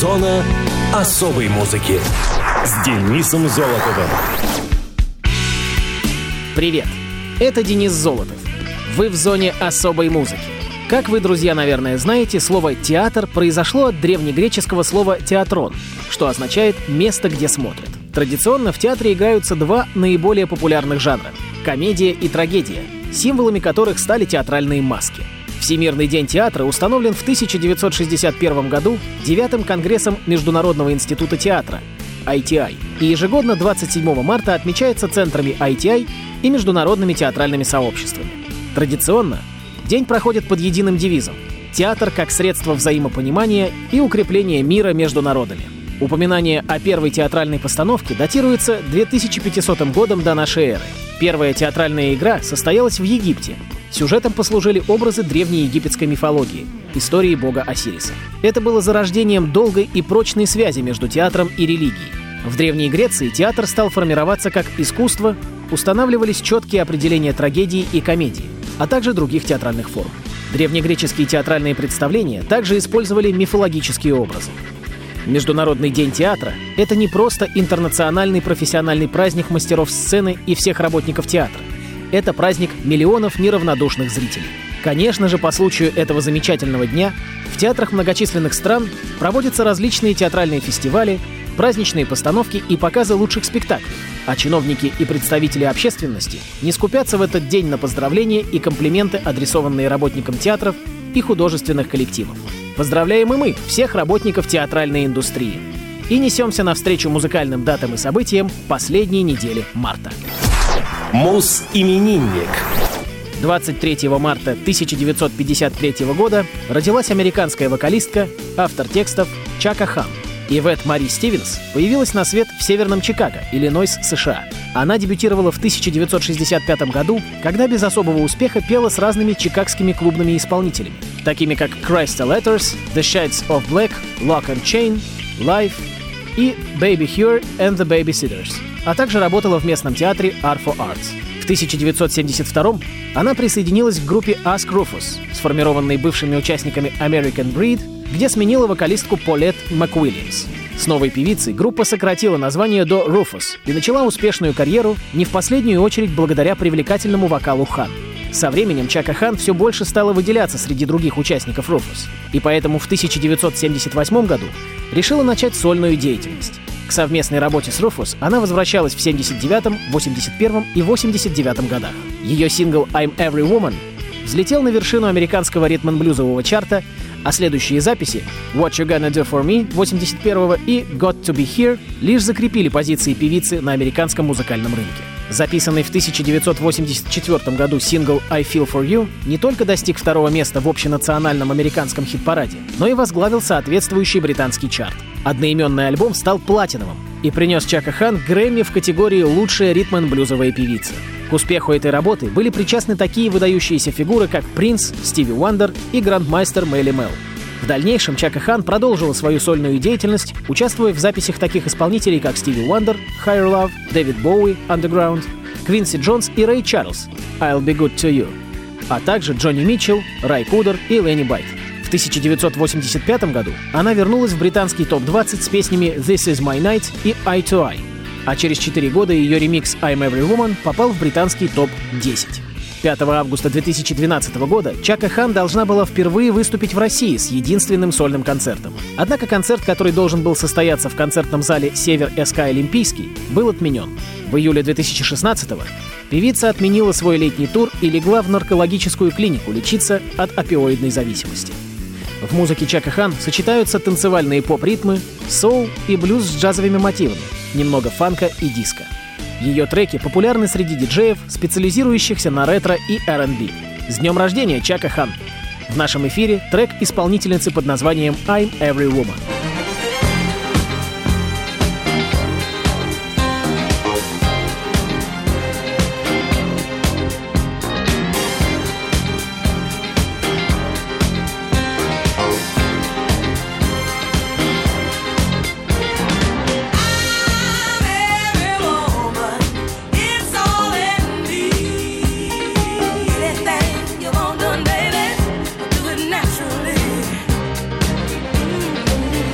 Зона особой музыки с Денисом Золотовым. Привет, это Денис Золотов. Вы в зоне особой музыки. Как вы, друзья, наверное, знаете, слово «театр» произошло от древнегреческого слова «театрон», что означает «место, где смотрят». Традиционно в театре играются два наиболее популярных жанра — комедия и трагедия, символами которых стали театральные маски. Всемирный день театра установлен в 1961 году 9-м Конгрессом Международного института театра ITI, и ежегодно 27 марта отмечается центрами ITI и международными театральными сообществами. Традиционно день проходит под единым девизом «Театр как средство взаимопонимания и укрепления мира между народами». Упоминание о первой театральной постановке датируется 2500 годом до нашей эры. Первая театральная игра состоялась в Египте. Сюжетом послужили образы древней египетской мифологии, истории бога Осириса. Это было зарождением долгой и прочной связи между театром и религией. В Древней Греции театр стал формироваться как искусство, устанавливались четкие определения трагедии и комедии, а также других театральных форм. Древнегреческие театральные представления также использовали мифологические образы. Международный день театра — это не просто интернациональный профессиональный праздник мастеров сцены и всех работников театра. Это праздник миллионов неравнодушных зрителей. Конечно же, по случаю этого замечательного дня в театрах многочисленных стран проводятся различные театральные фестивали, праздничные постановки и показы лучших спектаклей, а чиновники и представители общественности не скупятся в этот день на поздравления и комплименты, адресованные работникам театров и художественных коллективов. Поздравляем и мы всех работников театральной индустрии. И несемся навстречу музыкальным датам и событиям последней недели марта. Муз-именинник. 23 марта 1953 года родилась американская вокалистка, автор текстов Чака Хан. Ивет Мари Стивенс появилась на свет в Северном Чикаго, Иллинойс, США. Она дебютировала в 1965 году, когда без особого успеха пела с разными чикагскими клубными исполнителями, такими как Crystal Letters, The Shades of Black, Lock and Chain, Life и Baby Here and the Babysitters, а также работала в местном театре Art for Arts. В 1972 она присоединилась к группе Ask Rufus, сформированной бывшими участниками American Breed, где сменила вокалистку Полет МакУильямс. С новой певицей группа сократила название до Rufus и начала успешную карьеру не в последнюю очередь благодаря привлекательному вокалу Хан. Со временем Чака Хан все больше стала выделяться среди других участников Rufus, и поэтому в 1978 году решила начать сольную деятельность. К совместной работе с Rufus она возвращалась в 79-м, 81-м и 89-м годах. Ее сингл «I'm Every Woman» взлетел на вершину американского ритм-н-блюзового чарта, а следующие записи «What You Gonna Do For Me» 81-го и «Got To Be Here» лишь закрепили позиции певицы на американском музыкальном рынке. Записанный в 1984 году сингл «I Feel For You» не только достиг второго места в общенациональном американском хит-параде, но и возглавил соответствующий британский чарт. Одноименный альбом стал платиновым и принес Чака Хан Грэмми в категории «Лучшая ритм-н-блюзовая певица». К успеху этой работы были причастны такие выдающиеся фигуры, как Принс, Стиви Уандер и грандмайстер Мелли Мел. В дальнейшем Чака Хан продолжила свою сольную деятельность, участвуя в записях таких исполнителей, как Стиви Уандер, Higher Love, Дэвид Боуи, Underground, Квинси Джонс и Рэй Чарльз, I'll Be Good To You, а также Джонни Митчелл, Рай Кудер и Ленни Байт. В 1985 году она вернулась в британский топ-20 с песнями «This Is My Night» и «Eye to Eye», а через 4 года ее ремикс «I'm Every Woman» попал в британский топ-10. 5 августа 2012 года Чака Хан должна была впервые выступить в России с единственным сольным концертом. Однако концерт, который должен был состояться в концертном зале «Север СК Олимпийский», был отменен. В июле 2016-го певица отменила свой летний тур и легла в наркологическую клинику лечиться от опиоидной зависимости. В музыке Чака Хан сочетаются танцевальные поп-ритмы, соул и блюз с джазовыми мотивами, немного фанка и диско. Ее треки популярны среди диджеев, специализирующихся на ретро и R&B. С днем рождения, Чака Хан! В нашем эфире трек исполнительницы под названием «I'm Every Woman». Naturally.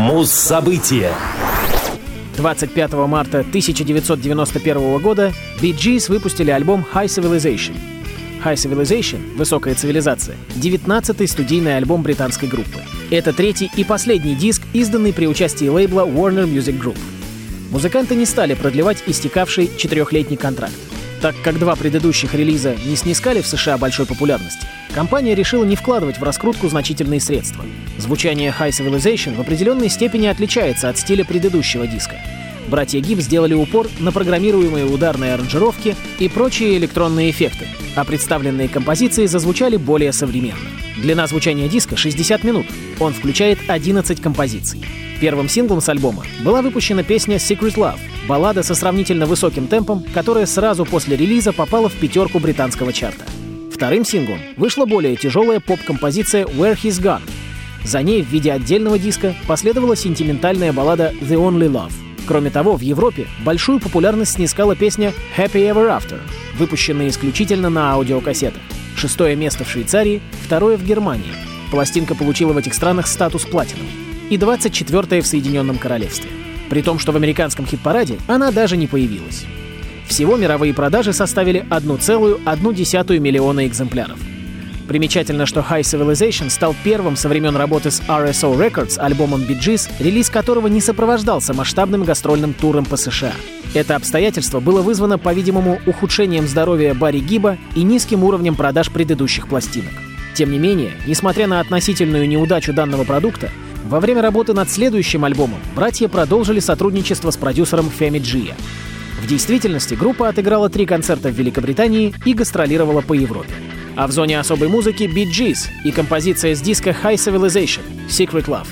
Муз-события. 25 марта 1991 года Bee Gees выпустили альбом High Civilization. High Civilization — «Высокая цивилизация» — 19-й студийный альбом британской группы. Это третий и последний диск, изданный при участии лейбла Warner Music Group. Музыканты не стали продлевать истекавший 4-летний контракт. Так как два предыдущих релиза не снискали в США большой популярности, компания решила не вкладывать в раскрутку значительные средства. Звучание High Civilization в определенной степени отличается от стиля предыдущего диска. Братья Гиб сделали упор на программируемые ударные аранжировки и прочие электронные эффекты, а представленные композиции зазвучали более современно. Длина звучания диска — 60 минут. Он включает 11 композиций. Первым синглом с альбома была выпущена песня Secret Love, баллада со сравнительно высоким темпом, которая сразу после релиза попала в 5 британского чарта. Вторым синглом вышла более тяжелая поп-композиция Where He's Gone. За ней в виде отдельного диска последовала сентиментальная баллада The Only Love. Кроме того, в Европе большую популярность снискала песня Happy Ever After, выпущенная исключительно на аудиокассетах. 6-е место в Швейцарии, 2-е в Германии. Пластинка получила в этих странах статус платиновой. И 24-е в Соединенном Королевстве. При том, что в американском хит-параде она даже не появилась. Всего мировые продажи составили 1,1 миллиона экземпляров. Примечательно, что High Civilization стал первым со времен работы с RSO Records альбомом Bee Gees, релиз которого не сопровождался масштабным гастрольным туром по США. Это обстоятельство было вызвано, по-видимому, ухудшением здоровья Барри Гиба и низким уровнем продаж предыдущих пластинок. Тем не менее, несмотря на относительную неудачу данного продукта, во время работы над следующим альбомом братья продолжили сотрудничество с продюсером Феми Джия. В действительности группа отыграла 3 концерта в Великобритании и гастролировала по Европе. А в зоне особой музыки Bee Gees и композиция с диска High Civilization Secret Love.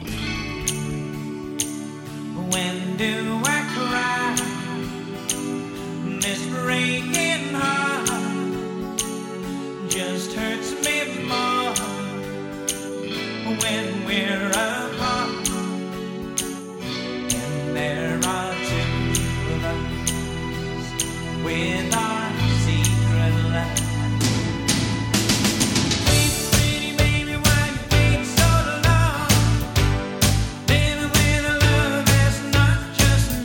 When we're apart, and there are 2 of us with our secret love. Hey, pretty baby, why you take so long? Living with a love that's not just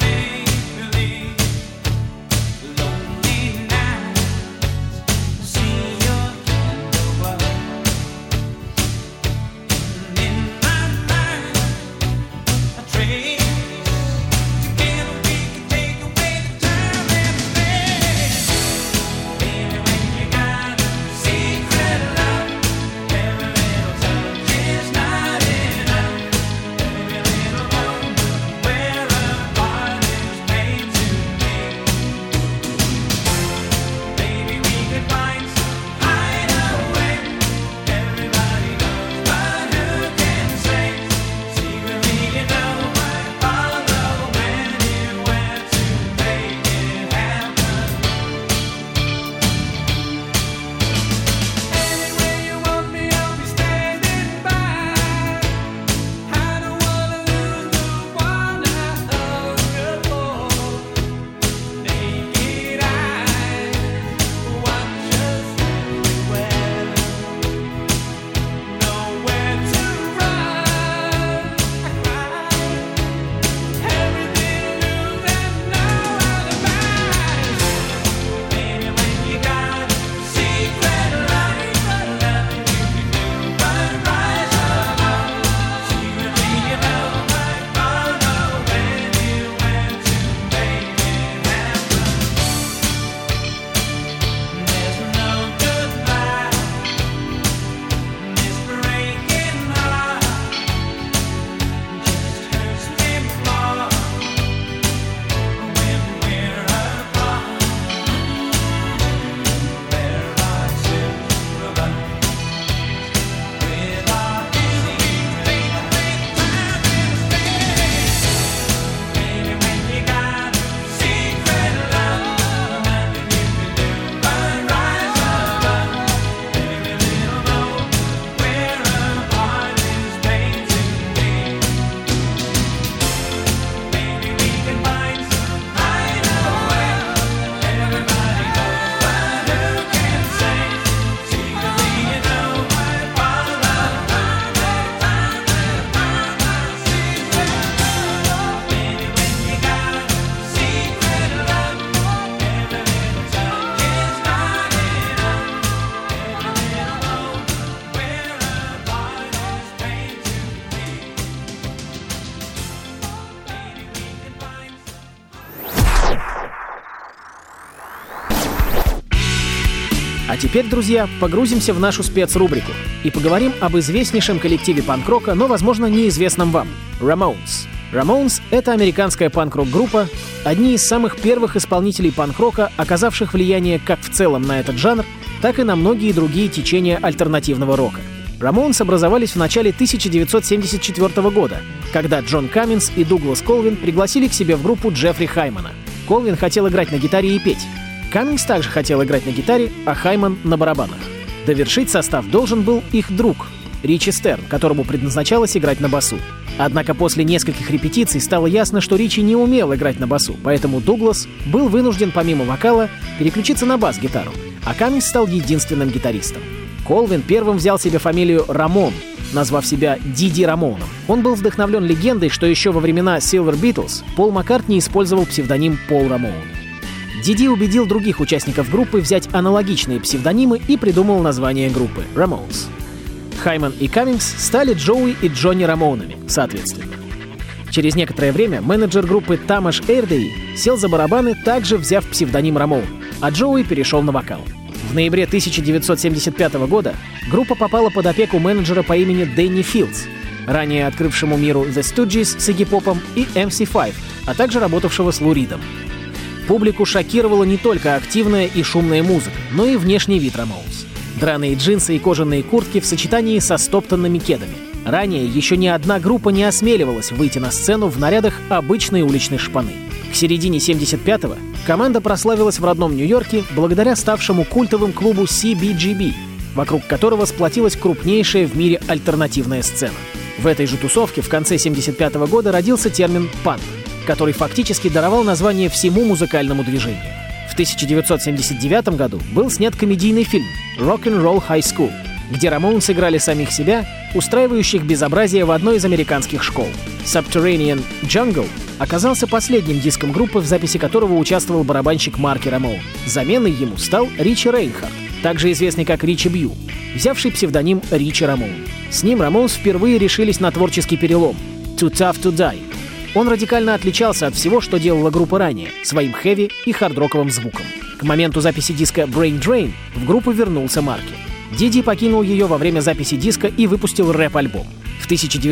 теперь, друзья, погрузимся в нашу спецрубрику и поговорим об известнейшем коллективе панк-рока, но, возможно, неизвестном вам — Ramones. Ramones — это американская панк-рок-группа, одни из самых первых исполнителей панк-рока, оказавших влияние как в целом на этот жанр, так и на многие другие течения альтернативного рока. Ramones образовались в начале 1974 года, когда Джон Камминс и Дуглас Колвин пригласили к себе в группу Джеффри Хаймана. Колвин хотел играть на гитаре и петь. Камминс также хотел играть на гитаре, а Хайман — на барабанах. Довершить состав должен был их друг Ричи Стерн, которому предназначалось играть на басу. Однако после нескольких репетиций стало ясно, что Ричи не умел играть на басу, поэтому Дуглас был вынужден помимо вокала переключиться на бас-гитару, а Камминс стал единственным гитаристом. Колвин первым взял себе фамилию Рамон, назвав себя Диди Рамоном. Он был вдохновлен легендой, что еще во времена Silver Beatles Пол Маккартни использовал псевдоним Пол Рамон. Диди убедил других участников группы взять аналогичные псевдонимы и придумал название группы — Ramones. Хайман и Каммингс стали Джоуи и Джонни Рамонами, соответственно. Через некоторое время менеджер группы Тамаш Эйрдеи сел за барабаны, также взяв псевдоним Рамон, а Джоуи перешел на вокал. В ноябре 1975 года группа попала под опеку менеджера по имени Дэнни Филдс, ранее открывшему миру The Stooges с Игги Попом и MC5, а также работавшего с Лу Ридом. Публику шокировала не только активная и шумная музыка, но и внешний вид Ramones. Драные джинсы и кожаные куртки в сочетании со стоптанными кедами. Ранее еще ни одна группа не осмеливалась выйти на сцену в нарядах обычной уличной шпаны. К середине 75-го команда прославилась в родном Нью-Йорке благодаря ставшему культовым клубу CBGB, вокруг которого сплотилась крупнейшая в мире альтернативная сцена. В этой же тусовке в конце 75-го года родился термин «панк», который фактически даровал название всему музыкальному движению. В 1979 году был снят комедийный фильм «Rock'n'Roll High School», где Ramones играли самих себя, устраивающих безобразие в одной из американских школ. Subterranean Jungle оказался последним диском группы, в записи которого участвовал барабанщик Марки Рамоун. Заменой ему стал Ричи Рейнхард, также известный как Ричи Бью, взявший псевдоним Ричи Рамоун. С ним Ramones впервые решились на творческий перелом — «Too Tough to Die». Он радикально отличался от всего, что делала группа ранее, своим хэви и хард-роковым звуком. К моменту записи диска Brain Drain в группу вернулся Марки. Диди покинул ее во время записи диска и выпустил рэп-альбом. В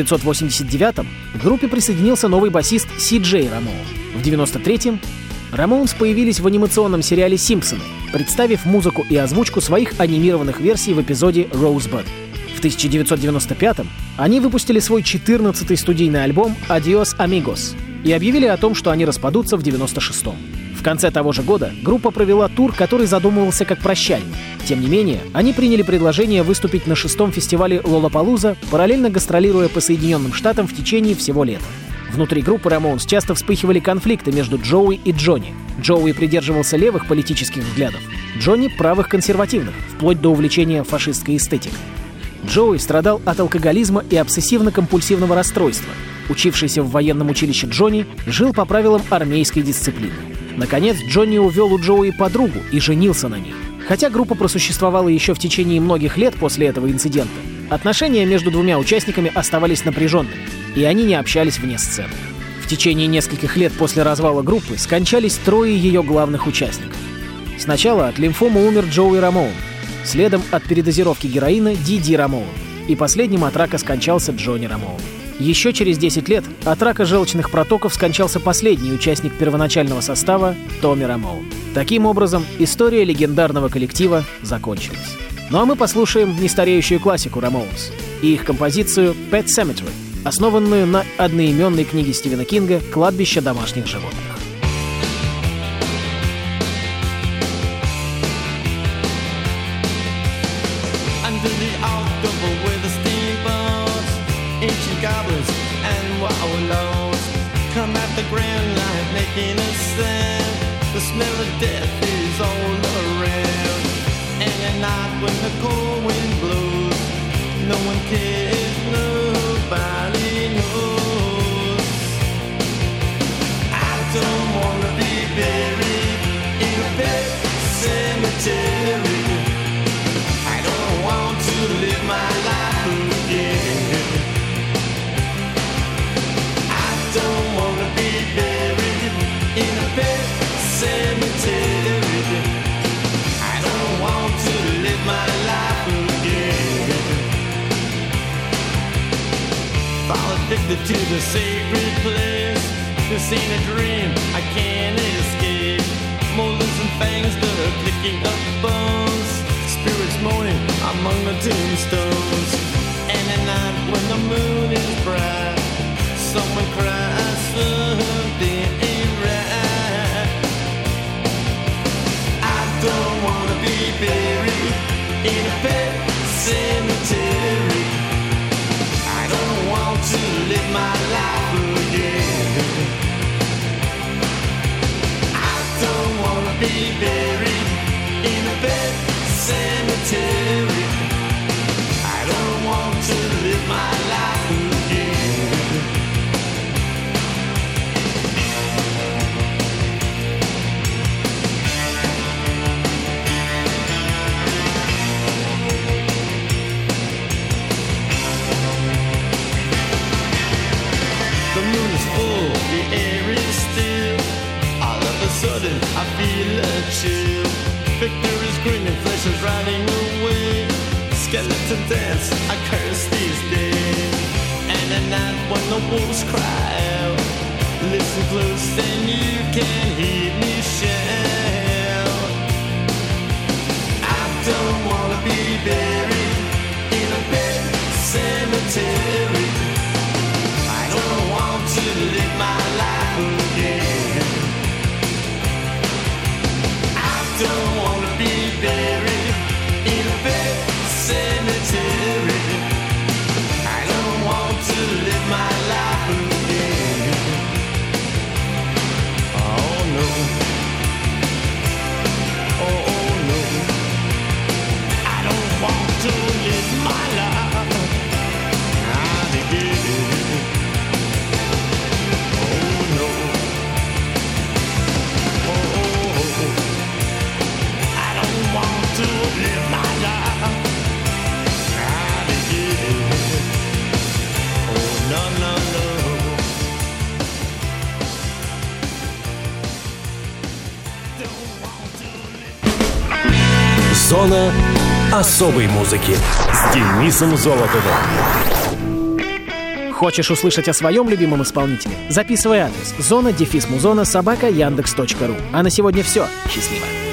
1989-м к группе присоединился новый басист Си Джей Рамоун. В 1993-м Ramones появились в анимационном сериале «Симпсоны», представив музыку и озвучку своих анимированных версий в эпизоде «Rosebud». В 1995-м они выпустили свой 14-й студийный альбом «Adios Amigos» и объявили о том, что они распадутся в 1996-м. В конце того же года группа провела тур, который задумывался как прощальный. Тем не менее, они приняли предложение выступить на 6-м фестивале Лолапалуза, параллельно гастролируя по Соединенным Штатам в течение всего лета. Внутри группы Ramones часто вспыхивали конфликты между Джоуи и Джонни. Джоуи придерживался левых политических взглядов, Джонни — правых консервативных, вплоть до увлечения фашистской эстетикой. Джоуи страдал от алкоголизма и обсессивно-компульсивного расстройства. Учившийся в военном училище Джонни жил по правилам армейской дисциплины. Наконец, Джонни увел у Джоуи подругу и женился на ней. Хотя группа просуществовала еще в течение многих лет после этого инцидента, отношения между двумя участниками оставались напряженными, и они не общались вне сцены. В течение нескольких лет после развала группы скончались 3 ее главных участников. Сначала от лимфомы умер Джоуи Рамоун, следом от передозировки героина Диди Рамоун, и последним от рака скончался Джонни Рамоун. Еще через 10 лет от рака желчных протоков скончался последний участник первоначального состава Томми Рамоун. Таким образом, история легендарного коллектива закончилась. Ну а мы послушаем нестареющую классику Ramones и их композицию Pet Sematary, основанную на одноименной книге Стивена Кинга «Кладбище домашних животных». Goblins and wallows come at the grand light making a sound. The smell of death is all around. And at night when the cold wind blows, no one cares, nobody knows. I don't wanna be buried in a pet cemetery. I don't want to live my life again. Don't wanna be buried in a pet cemetery. I don't want to live sacred place. This ain't a dream, I can't escape. Molars and fangs that are picking up bones. Spirits moaning among the tombstones. And at night when the moon is bright, someone cries something ain't right. I don't wanna be buried in a pet cemetery. I don't want to live my life again. I don't wanna be buried in a pet cemetery. I don't want to live my life again. The moon is full, the air is still. All of a sudden I feel a chill. Victor is grinning, flesh is riding away. Skeleton dance, I curse these days. And at night when the wolves cry out, listen close and you can hear me shout. I don't wanna be buried in a pet cemetery. I don't want to live my life again. I don't wanna be buried in a pet cemetery. I don't want to live my life again. Oh no. Oh no. I don't want to live my life again. Oh no. Oh, I don't want to live my life again. Oh no, no, no. Don't want to live. Зона особой музыки с Денисом Золотовым. Хочешь услышать о своем любимом исполнителе? Записывай адрес: zona-muzona@yandex.ru. А на сегодня все. Счастливо.